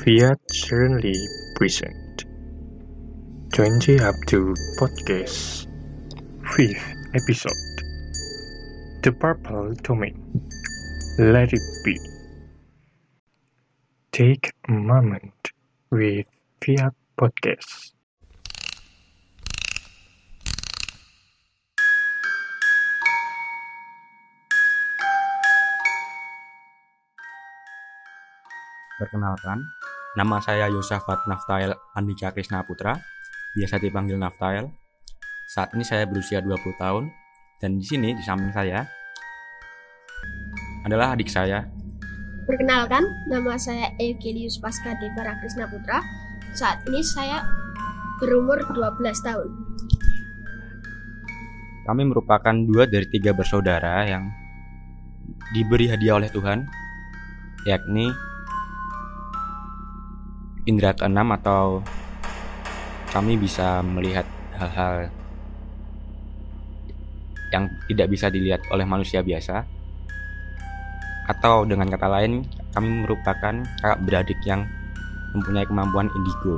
Fiat currently present 20 Abdul Podcast 5th episode The Purple Domain. Let it be. Take a moment with Fiat Podcast. Perkenalkan, nama saya Yosafat Naftael Andika Krisna Putra, biasa dipanggil Naftael. Saat ini saya berusia 20 tahun, dan di sini di samping saya adalah adik saya. Perkenalkan, nama saya Eugenius Pasca Devara Krisna Putra. Saat ini saya berumur 12 tahun. Kami merupakan 2 dari 3 bersaudara yang diberi hadiah oleh Tuhan, yakni indera keenam, atau kami bisa melihat hal-hal yang tidak bisa dilihat oleh manusia biasa, atau dengan kata lain kami merupakan kakak beradik yang mempunyai kemampuan indigo.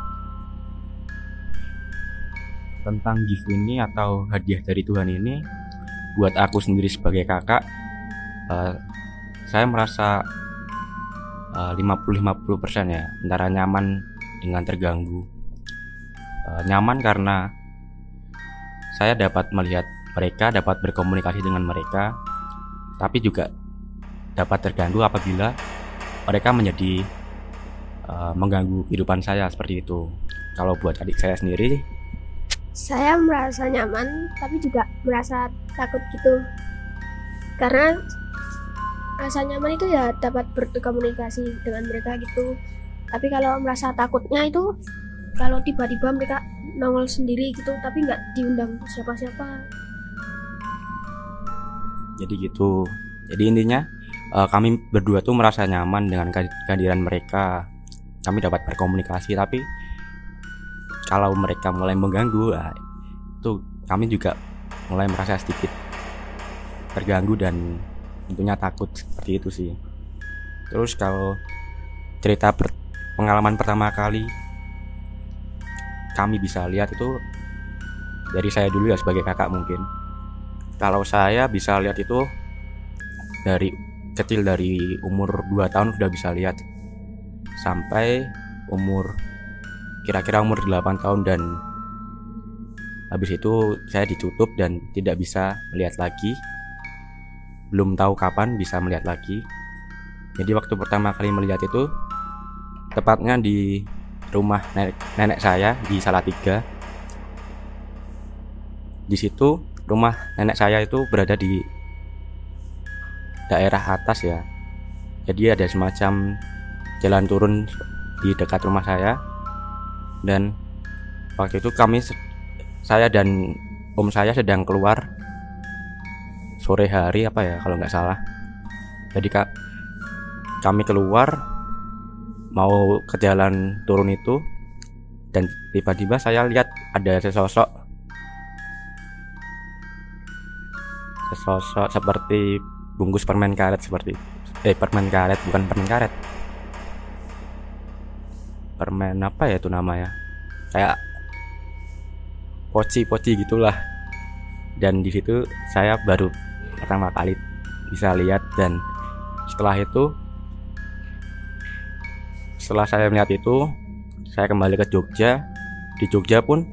Tentang gift ini atau hadiah dari Tuhan ini, buat aku sendiri sebagai kakak, saya merasa 50-50% ya, antara nyaman dengan terganggu. Nyaman karena saya dapat melihat mereka, dapat berkomunikasi dengan mereka, tapi juga dapat terganggu apabila mereka menjadi mengganggu kehidupan saya, seperti itu. Kalau buat adik saya sendiri, Saya merasa nyaman, tapi juga merasa takut gitu. Karena rasa nyaman itu ya dapat berkomunikasi dengan mereka gitu. Tapi kalau merasa takutnya itu kalau tiba-tiba mereka nongol sendiri gitu, tapi nggak diundang siapa-siapa. jadi gitu. Jadi intinya kami berdua tuh merasa nyaman dengan kehadiran mereka. Kami dapat berkomunikasi, tapi kalau mereka mulai mengganggu, itu kami juga mulai merasa sedikit terganggu dan tentunya takut, seperti itu sih. Terus kalau cerita pengalaman pertama kali kami bisa lihat itu dari saya dulu ya, sebagai kakak mungkin. Kalau saya bisa lihat itu dari kecil, dari umur 2 tahun sudah bisa lihat sampai kira-kira umur 8 tahun, dan habis itu saya ditutup dan tidak bisa melihat lagi. Belum tahu kapan bisa melihat lagi. Jadi waktu pertama kali melihat itu tepatnya di rumah nenek saya di Salatiga. Di situ rumah nenek saya itu berada di daerah atas ya. Jadi ada semacam jalan turun di dekat rumah saya. Dan waktu itu saya dan om saya sedang keluar sore hari kalau nggak salah. Jadi kami keluar mau ke jalan turun itu, dan tiba-tiba saya lihat ada sesosok seperti bungkus permen karet, permen apa ya itu namanya, kayak poci gitulah. Dan di situ saya baru pertama kali bisa lihat. Dan setelah saya melihat itu, saya kembali ke Jogja. Di Jogja pun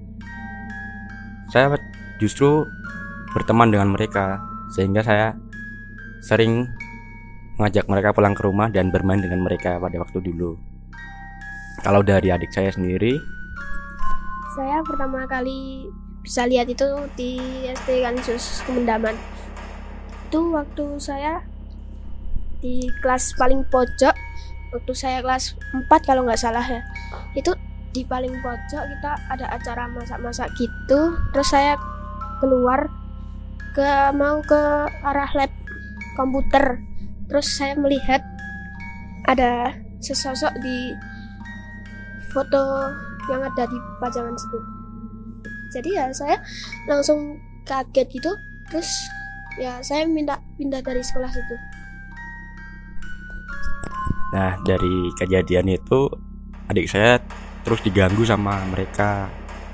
saya justru berteman dengan mereka, sehingga saya sering mengajak mereka pulang ke rumah dan bermain dengan mereka pada waktu dulu. Kalau dari adik saya sendiri, Saya pertama kali bisa lihat itu di SD Kanisius Kemendaman. Itu waktu saya di kelas paling pojok, waktu saya kelas 4 kalau nggak salah ya. Itu di paling pojok kita ada acara masak-masak gitu. Terus saya keluar mau ke arah lab komputer. Terus saya melihat ada sesosok di foto yang ada di pajangan situ. Jadi ya saya langsung kaget gitu. Terus ya saya minta pindah dari sekolah situ. Nah, dari kejadian itu adik saya terus diganggu sama mereka,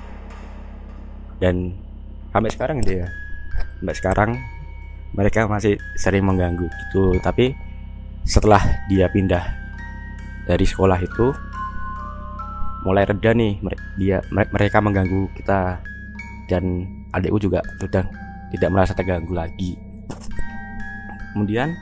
dan sampai sekarang gitu ya, sampai sekarang mereka masih sering mengganggu gitu. Tapi setelah dia pindah dari sekolah itu mulai reda nih mereka mengganggu kita, dan adikku juga sudah tidak merasa terganggu lagi. Kemudian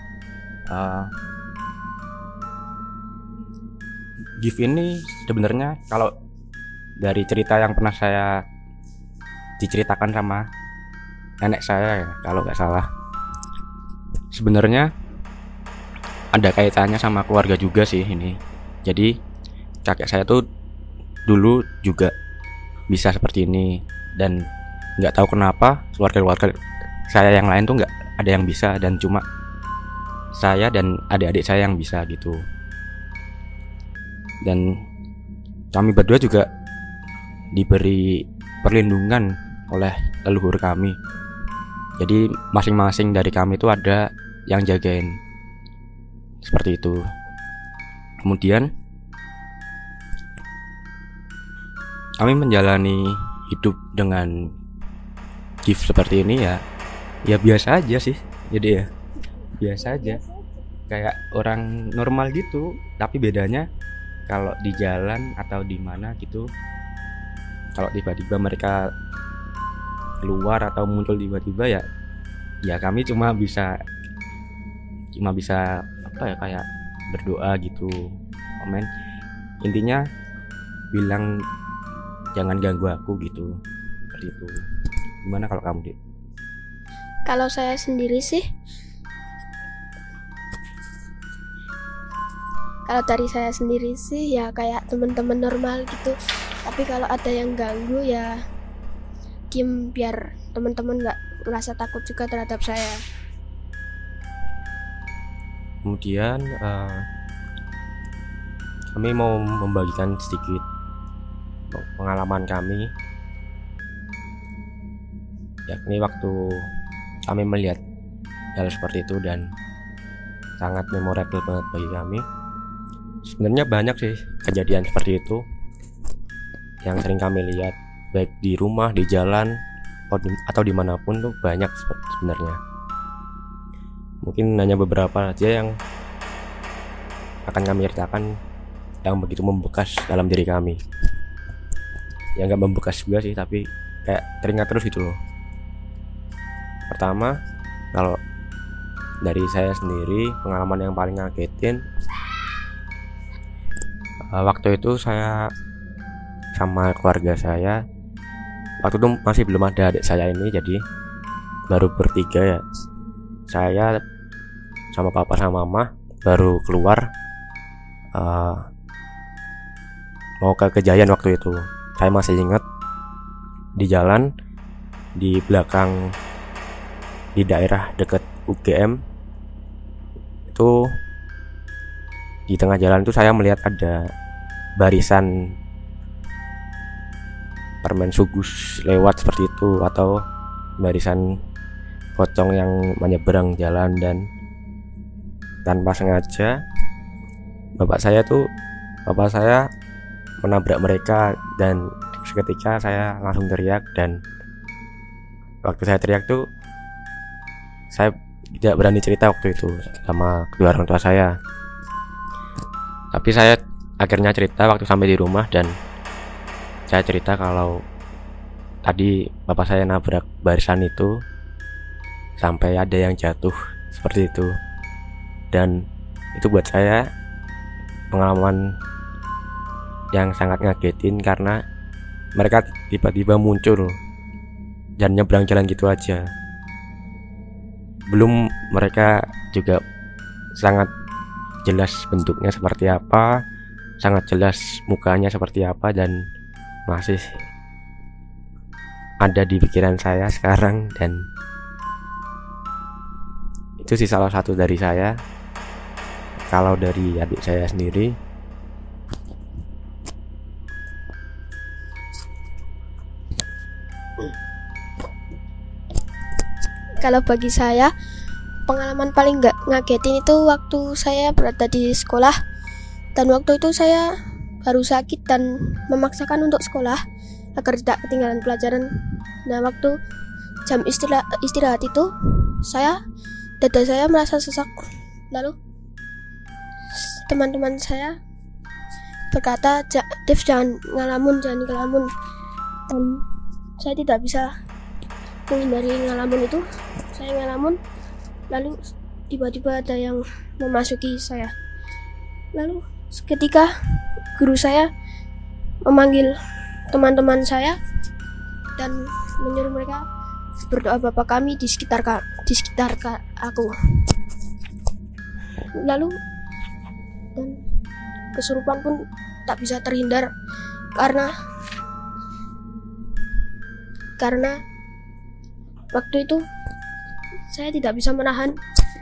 gift ini sebenarnya kalau dari cerita yang pernah saya diceritakan sama nenek saya ya, kalau nggak salah, sebenarnya ada kaitannya sama keluarga juga sih ini. Jadi kakek saya tuh dulu juga bisa seperti ini, dan nggak tahu kenapa keluarga saya yang lain tuh nggak ada yang bisa, dan cuma saya dan adik-adik saya yang bisa gitu. Dan kami berdua juga diberi perlindungan oleh leluhur kami. Jadi masing-masing dari kami itu ada yang jagain, seperti itu. Kemudian kami menjalani hidup dengan gift seperti ini ya biasa aja sih. Jadi ya biasa aja, kayak orang normal gitu. Tapi bedanya kalau di jalan atau di mana gitu, kalau tiba-tiba mereka keluar atau muncul tiba-tiba ya kami cuma bisa apa ya, kayak berdoa gitu, komen, intinya bilang jangan ganggu aku gitu, seperti itu. Gimana kalau kamu, Dik? Kalau saya sendiri sih, kalau dari saya sendiri sih ya kayak teman-teman normal gitu. Tapi kalau ada yang ganggu ya diem, biar teman-teman nggak merasa takut juga terhadap saya. Kemudian kami mau membagikan sedikit pengalaman kami, yakni waktu kami melihat hal seperti itu, dan sangat memorable banget bagi kami. Sebenarnya banyak sih kejadian seperti itu yang sering kami lihat, baik di rumah, di jalan, atau dimanapun tuh banyak sebenarnya. Mungkin hanya beberapa aja yang akan kami ceritakan yang begitu membekas dalam diri kami. Ya nggak membekas juga sih, tapi kayak teringat terus gitu loh. Pertama, kalau dari saya sendiri, pengalaman yang paling ngagetin, waktu itu saya sama keluarga saya, waktu itu masih belum ada adik saya ini, jadi baru bertiga ya. Saya sama papa sama mama baru keluar mau ke Kejayan waktu itu. Saya masih ingat di jalan di belakang, di daerah dekat UGM itu, di tengah jalan itu saya melihat ada barisan permen sugus lewat seperti itu, atau barisan pocong yang menyeberang jalan, dan tanpa sengaja bapak saya menabrak mereka, dan seketika saya langsung teriak. Dan waktu saya teriak tuh saya tidak berani cerita waktu itu sama kedua orang tua saya, tapi saya akhirnya cerita waktu sampai di rumah, dan saya cerita kalau tadi bapak saya nabrak barisan itu sampai ada yang jatuh, seperti itu. Dan itu buat saya pengalaman yang sangat ngagetin, karena mereka tiba-tiba muncul dan nyebrang jalan gitu aja. Belum mereka juga sangat jelas bentuknya seperti apa, sangat jelas mukanya seperti apa, dan masih ada di pikiran saya sekarang. Dan itu sih salah satu dari saya. Kalau dari adik saya sendiri, kalau bagi saya pengalaman paling nggak ngagetin itu waktu saya berada di sekolah. Dan waktu itu saya baru sakit dan memaksakan untuk sekolah agar tidak ketinggalan pelajaran. Nah, waktu jam istirahat itu dada saya merasa sesak. Lalu teman-teman saya berkata, Dev, jangan ngelamun. Dan saya tidak bisa menghindari ngelamun itu. Saya ngelamun, lalu tiba-tiba ada yang memasuki saya. Lalu seketika guru saya memanggil teman-teman saya dan menyuruh mereka berdoa Bapa Kami di sekitar aku. Lalu dan kesurupan pun tak bisa terhindar karena waktu itu saya tidak bisa menahan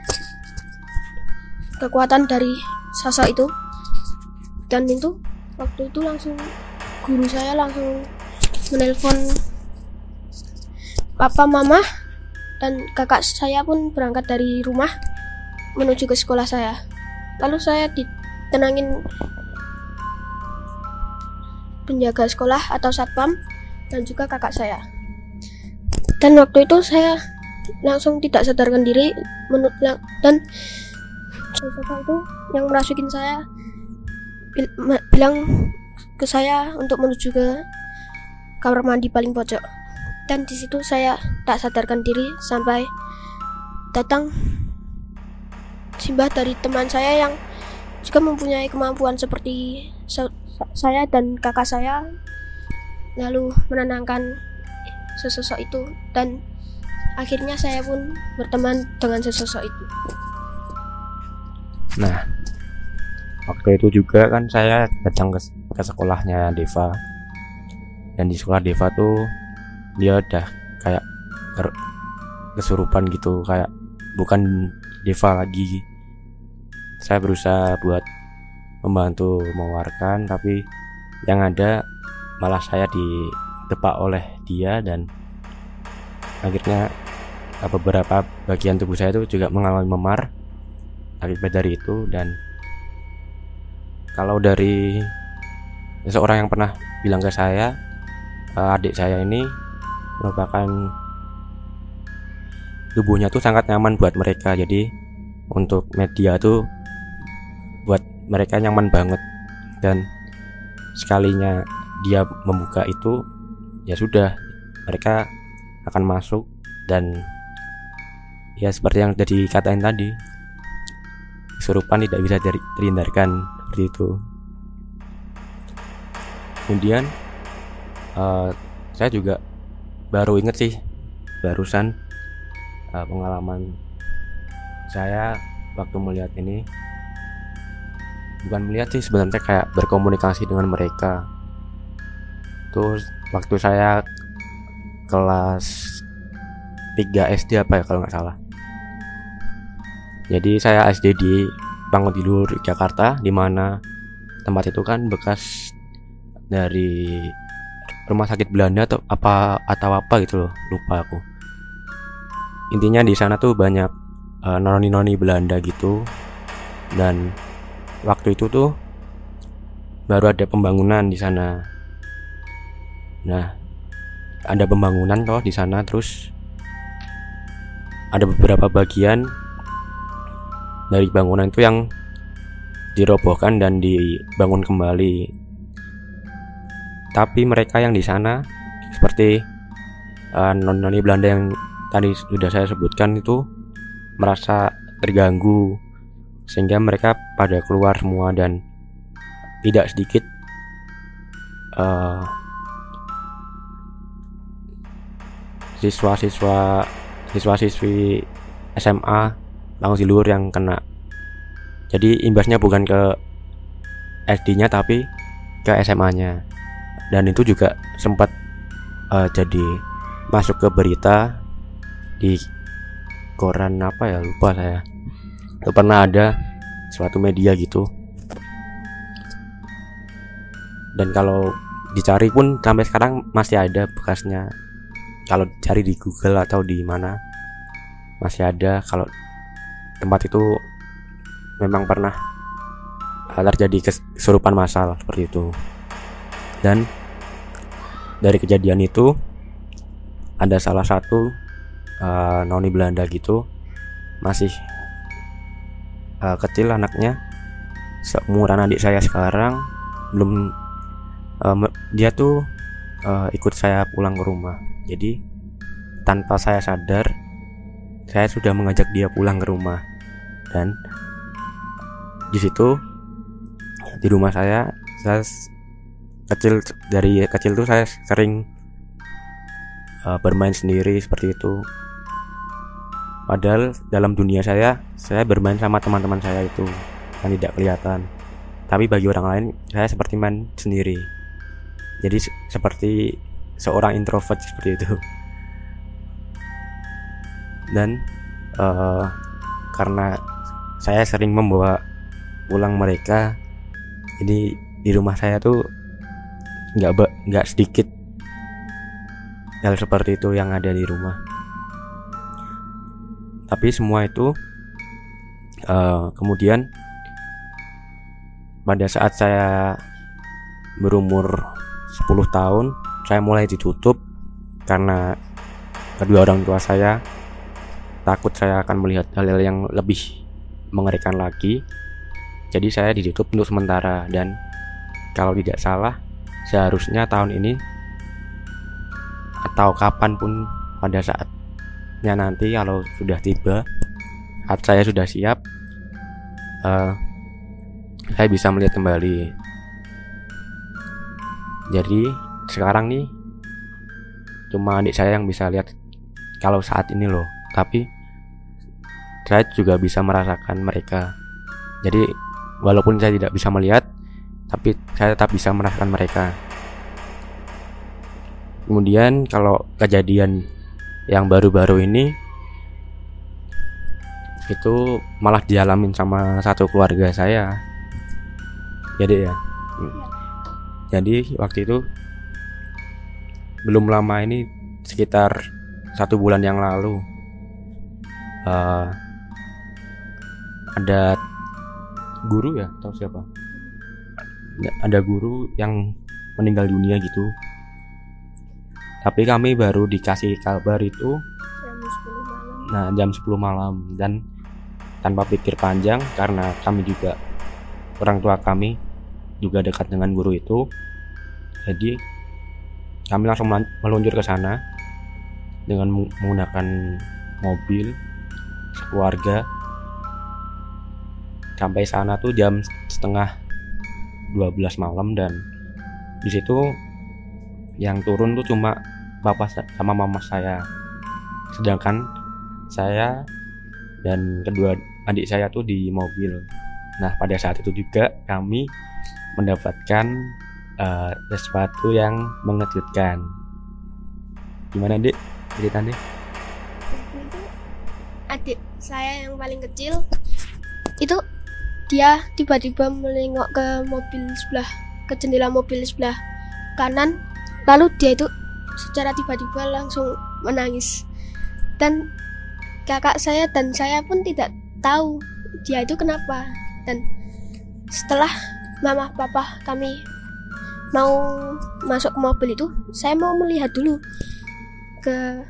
kekuatan dari sosok itu. Dan itu waktu itu guru saya langsung menelpon papa, mama, dan kakak saya pun berangkat dari rumah menuju ke sekolah saya. Lalu saya ditenangin penjaga sekolah atau satpam dan juga kakak saya. Dan waktu itu saya langsung tidak sadarkan diri dan sosok itu yang merasukin saya bilang ke saya untuk menuju ke kamar mandi paling pojok. Dan di situ saya tak sadarkan diri sampai datang simbah dari teman saya yang juga mempunyai kemampuan seperti saya dan kakak saya, lalu menenangkan sesosok itu, dan akhirnya saya pun berteman dengan sesosok itu. Nah, waktu itu juga kan saya datang ke sekolahnya Deva, dan di sekolah Deva tuh dia udah kayak kesurupan gitu, kayak bukan Deva lagi. Saya berusaha buat membantu mengeluarkan, tapi yang ada malah saya didepak oleh dia, dan akhirnya beberapa bagian tubuh saya itu juga mengalami memar akibat dari itu. Dan kalau dari seseorang yang pernah bilang ke saya, adik saya ini merupakan tubuhnya tuh sangat nyaman buat mereka, jadi untuk media tuh buat mereka nyaman banget, dan sekalinya dia membuka itu ya sudah, mereka akan masuk. Dan ya seperti yang tadi dikatain tadi, kesurupan tidak bisa terhindarkan, seperti itu. Kemudian saya juga baru inget sih barusan pengalaman saya waktu melihat ini. Bukan melihat sih, sebenarnya kayak berkomunikasi dengan mereka. Terus waktu saya kelas 3 SD apa ya kalau nggak salah. Jadi saya SD di Pangudilur, Jakarta, di mana tempat itu kan bekas dari rumah sakit Belanda atau apa gitu loh, lupa aku. Intinya di sana tuh banyak noni-noni Belanda gitu, dan waktu itu tuh baru ada pembangunan di sana. Nah, ada pembangunan toh di sana, terus ada beberapa bagian dari bangunan itu yang dirobohkan dan dibangun kembali. Tapi mereka yang di sana seperti noni Belanda yang tadi sudah saya sebutkan itu merasa terganggu, sehingga mereka pada keluar semua, dan tidak sedikit siswa-siswi SMA Pangudilur yang kena. Jadi imbasnya bukan ke SD-nya tapi ke SMA-nya. Dan itu juga sempat jadi masuk ke berita di koran apa ya, lupa saya. Itu pernah ada suatu media gitu. Dan kalau dicari pun sampai sekarang masih ada bekasnya. Kalau cari di Google atau di mana masih ada kalau tempat itu memang pernah terjadi kesurupan massal seperti itu. Dan dari kejadian itu ada salah satu noni Belanda gitu, masih kecil anaknya, seumuran adik saya sekarang, belum dia tuh ikut saya pulang ke rumah. Jadi tanpa saya sadar, saya sudah mengajak dia pulang ke rumah. Dan di situ, di rumah saya dari kecil tuh saya sering bermain sendiri seperti itu. Padahal dalam dunia saya bermain sama teman-teman saya itu yang tidak kelihatan, tapi bagi orang lain saya seperti main sendiri. Jadi seperti seorang introvert seperti itu. Dan karena saya sering membawa pulang mereka, jadi di rumah saya tuh nggak sedikit hal seperti itu yang ada di rumah. Tapi semua itu kemudian pada saat saya berumur 10 tahun, saya mulai ditutup karena kedua orang tua saya takut saya akan melihat hal-hal yang lebih mengerikan lagi. Jadi saya ditutup untuk sementara, dan kalau tidak salah seharusnya tahun ini atau kapanpun pada saatnya nanti, kalau sudah tiba, saat saya sudah siap, saya bisa melihat kembali. Jadi sekarang nih cuma adik saya yang bisa lihat kalau saat ini loh, tapi saya juga bisa merasakan mereka. Jadi walaupun saya tidak bisa melihat, tapi saya tetap bisa merasakan mereka. Kemudian kalau kejadian yang baru-baru ini itu malah dialamin sama satu keluarga saya. Jadi waktu itu belum lama ini, sekitar 1 bulan yang lalu, ada guru ya atau siapa, ada guru yang meninggal dunia gitu. Tapi kami baru dikasih kabar itu jam 10 malam. Dan tanpa pikir panjang, karena kami juga, orang tua kami juga dekat dengan guru itu, jadi kami langsung meluncur ke sana dengan menggunakan mobil keluarga. Sampai sana tuh jam setengah 12 malam, dan di situ yang turun tuh cuma papa sama mama saya, sedangkan saya dan kedua adik saya tuh di mobil. Nah, pada saat itu juga kami mendapatkan sesuatu yang mengejutkan. Gimana, Dik? Ceritanya? Itu adik saya yang paling kecil itu, dia tiba-tiba melengok ke mobil sebelah, ke jendela mobil sebelah kanan, lalu dia itu secara tiba-tiba langsung menangis. Dan kakak saya dan saya pun tidak tahu dia itu kenapa. Dan setelah mama papa kami mau masuk ke mobil itu, saya mau melihat dulu ke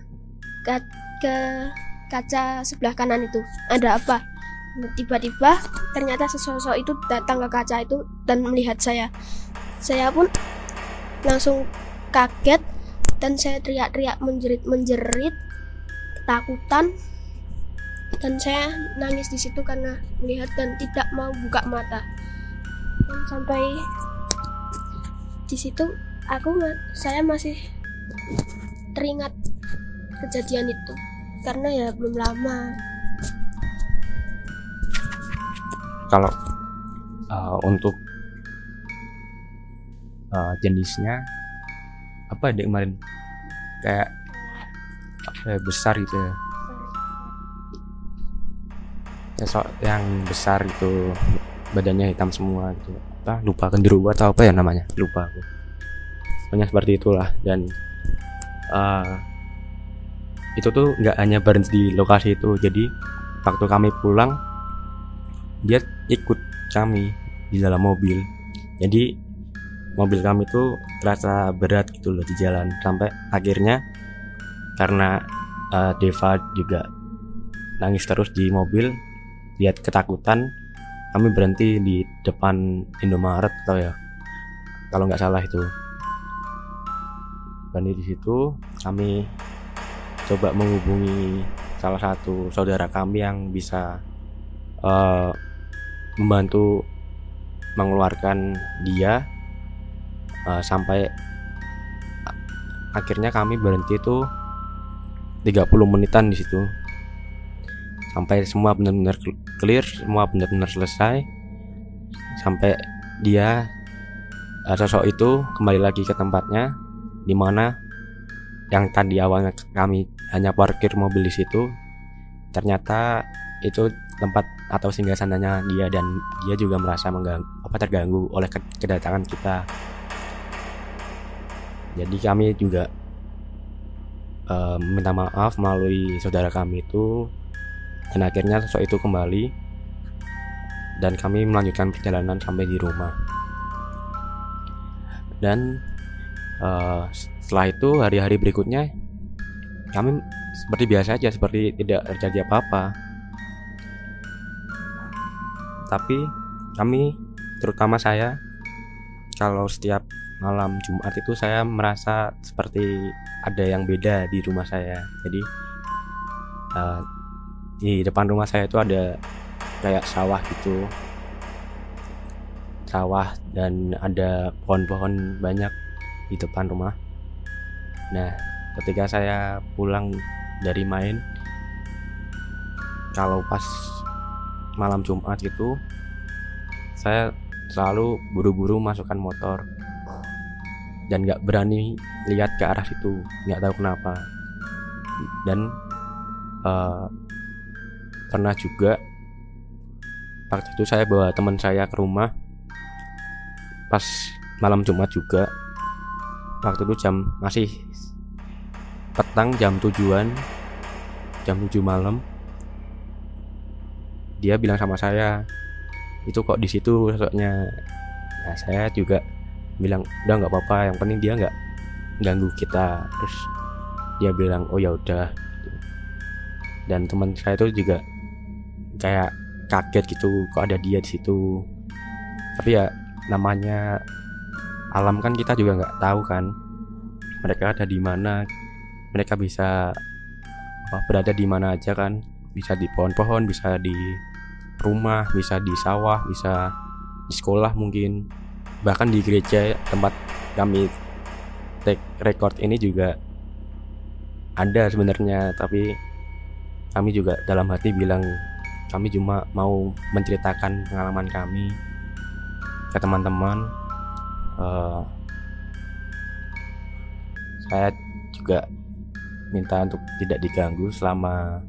kaca sebelah kanan itu ada apa. Tiba-tiba ternyata sesosok itu datang ke kaca itu dan melihat saya. Saya pun langsung kaget dan saya teriak-teriak menjerit ketakutan, dan saya nangis di situ karena melihat dan tidak mau buka mata. Dan sampai di situ saya masih teringat kejadian itu karena ya belum lama. Kalau untuk jenisnya apa deh kemarin, kayak besar gitu ya, yang besar itu badannya hitam semua gitu, lupa genderuwo atau apa ya namanya, lupa aku. Pokoknya seperti itulah. Dan itu tuh nggak hanya berhenti di lokasi itu, jadi waktu kami pulang dia ikut kami di dalam mobil. Jadi mobil kami tuh terasa berat gitu loh di jalan, sampai akhirnya karena Deva juga nangis terus di mobil, lihat ketakutan, kami berhenti di depan Indomaret atau ya kalau nggak salah itu. Dan di situ kami coba menghubungi salah satu saudara kami yang bisa membantu mengeluarkan dia, sampai akhirnya kami berhenti tuh 30 menitan di situ sampai semua benar-benar clear, semua benar-benar selesai, sampai dia sosok itu kembali lagi ke tempatnya, dimana yang tadi awalnya kami hanya parkir mobil di situ, ternyata itu tempat atau singgasananya dia, dan dia juga merasa terganggu oleh kedatangan kita. Jadi kami juga minta maaf melalui saudara kami itu, dan akhirnya sosok itu kembali dan kami melanjutkan perjalanan sampai di rumah. Dan setelah itu hari-hari berikutnya kami seperti biasa aja, seperti tidak terjadi apa-apa. Tapi kami, terutama saya, kalau setiap malam Jumat itu saya merasa seperti ada yang beda di rumah saya. Jadi di depan rumah saya itu ada kayak sawah gitu, sawah, dan ada pohon-pohon banyak di depan rumah. Nah, ketika saya pulang dari main, kalau pas malam Jumat gitu, saya selalu buru-buru masukkan motor dan gak berani lihat ke arah situ, gak tahu kenapa. Dan pernah juga waktu itu saya bawa teman saya ke rumah pas malam Jumat juga. Waktu itu masih petang, jam 7 malam. Dia bilang sama saya, itu kok di situ sosoknya. Nah, saya juga bilang udah nggak apa-apa, yang penting dia nggak ganggu kita. Terus dia bilang oh ya udah. Dan teman saya itu juga kayak kaget gitu, kok ada dia di situ. Tapi ya namanya alam kan, kita juga nggak tahu kan mereka ada di mana, mereka bisa berada di mana aja kan, bisa di pohon-pohon, bisa di rumah, bisa di sawah, bisa di sekolah mungkin, bahkan di gereja tempat kami take record ini juga ada sebenarnya. Tapi kami juga dalam hati bilang kami cuma mau menceritakan pengalaman kami ke teman-teman. Saya juga minta untuk tidak diganggu selama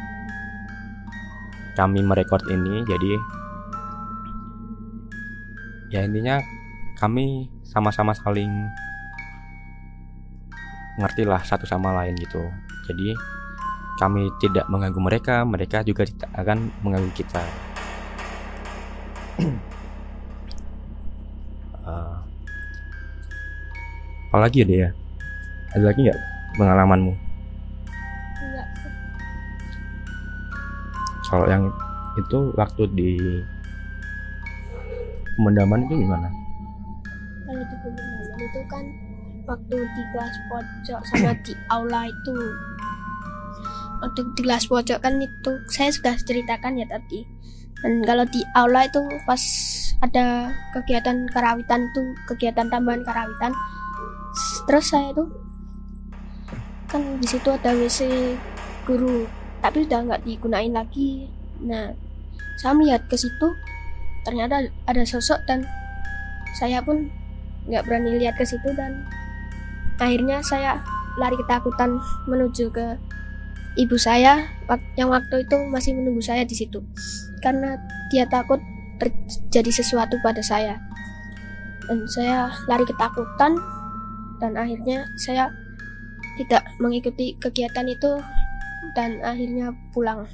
kami merekord ini. Jadi ya intinya kami sama-sama saling ngerti lah satu sama lain gitu. Jadi kami tidak mengganggu mereka, mereka juga tidak akan mengganggu kita. Apalagi ya, ada lagi nggak pengalamanmu? Enggak. Kalau yang itu waktu di pemendaman itu gimana? Kalau di pemendaman itu kan waktu di kelas pojok sama di aula itu. Waktu di kelas pojok kan itu saya sudah ceritakan ya tadi. Dan kalau di aula itu pas ada kegiatan karawitan, itu kegiatan tambahan karawitan. Terus saya tuh kan di situ ada WC guru, tapi udah nggak digunain lagi. Nah, saya melihat ke situ, ternyata ada sosok dan saya pun nggak berani lihat ke situ, dan akhirnya saya lari ketakutan menuju ke ibu saya yang waktu itu masih menunggu saya di situ, karena dia takut terjadi sesuatu pada saya. Dan saya lari ketakutan, dan akhirnya saya tidak mengikuti kegiatan itu dan akhirnya pulang.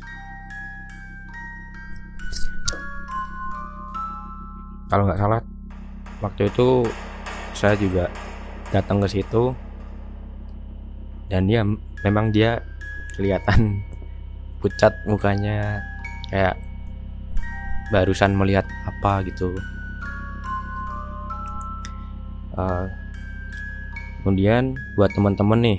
Kalau nggak salah waktu itu saya juga datang ke situ, dan memang dia kelihatan pucat mukanya, kayak barusan melihat apa gitu. Kemudian buat teman-teman nih,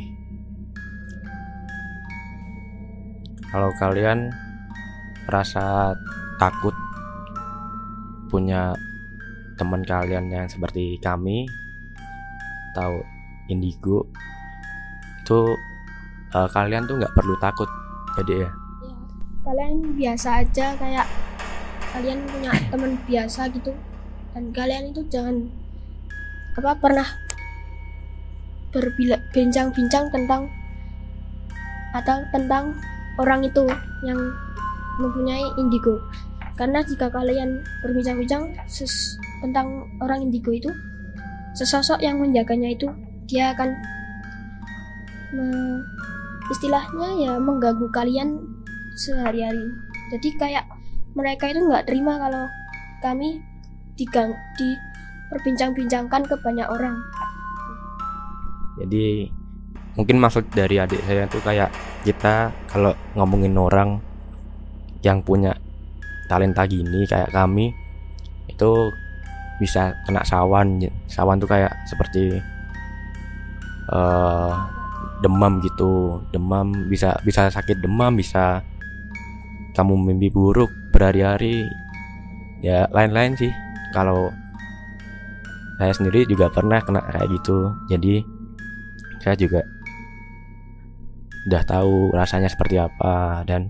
kalau kalian merasa takut punya teman kalian yang seperti kami atau indigo, itu kalian tuh nggak perlu takut. Jadi ya, kalian biasa aja, kayak kalian punya teman biasa gitu, dan kalian itu jangan pernah berbincang-bincang tentang orang itu yang mempunyai indigo. Karena jika kalian berbincang-bincang tentang orang indigo itu, sesosok yang menjaganya itu dia akan istilahnya ya mengganggu kalian sehari-hari. Jadi kayak mereka itu nggak terima kalau kami diperbincang-bincangkan ke banyak orang. jadi mungkin maksud dari adik saya tuh kayak kita kalau ngomongin orang yang punya talenta gini kayak kami, itu bisa kena sawan. Sawan tuh kayak seperti demam gitu. Demam bisa sakit demam, bisa kamu mimpi buruk berhari-hari, ya lain-lain sih. Kalau saya sendiri juga pernah kena kayak gitu, jadi saya juga udah tahu rasanya seperti apa. Dan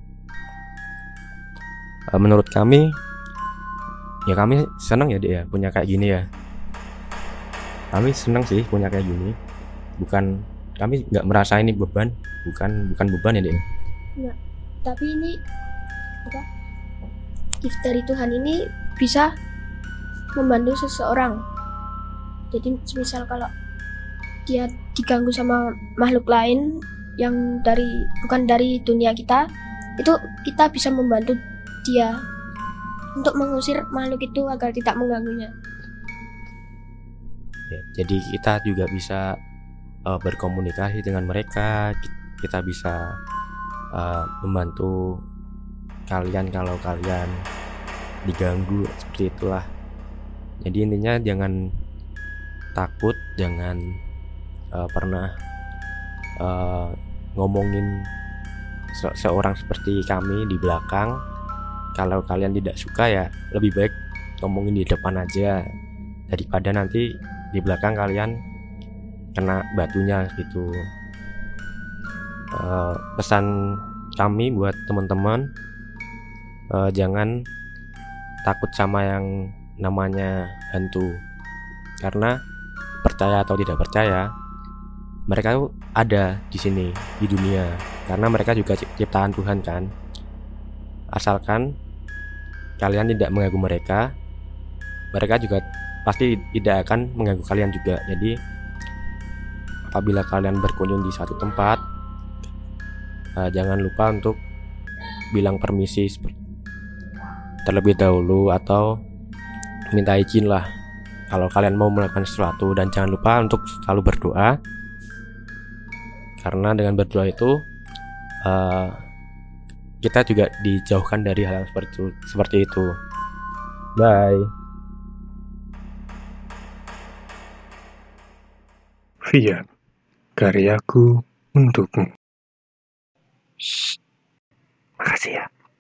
menurut kami ya, kami senang ya Dek ya punya kayak gini ya. Kami senang sih punya kayak gini. Bukan, kami nggak merasa ini beban, bukan beban ya Dek. Enggak, tapi ini gift dari Tuhan ini bisa membantu seseorang. Jadi misal kalau dia diganggu sama makhluk lain yang bukan dari dunia kita, itu kita bisa membantu dia untuk mengusir makhluk itu agar tidak mengganggunya. Ya, jadi kita juga bisa berkomunikasi dengan mereka. Kita bisa membantu kalian kalau kalian diganggu, seperti itulah. Jadi intinya jangan takut, jangan pernah ngomongin seorang seperti kami di belakang. Kalau kalian tidak suka ya lebih baik ngomongin di depan aja, daripada nanti di belakang kalian kena batunya gitu. Pesan kami buat teman-teman, jangan takut sama yang namanya hantu. Karena percaya atau tidak percaya, mereka tuh ada di sini di dunia, karena mereka juga ciptaan Tuhan kan. Asalkan kalian tidak mengganggu mereka, mereka juga pasti tidak akan mengganggu kalian juga. Jadi apabila kalian berkunjung di suatu tempat, jangan lupa untuk bilang permisi terlebih dahulu atau minta izin lah kalau kalian mau melakukan sesuatu. Dan jangan lupa untuk selalu berdoa, karena dengan berdoa itu kita juga dijauhkan dari hal seperti itu. Bye. Via karyaku untukmu. Shh. Makasih ya.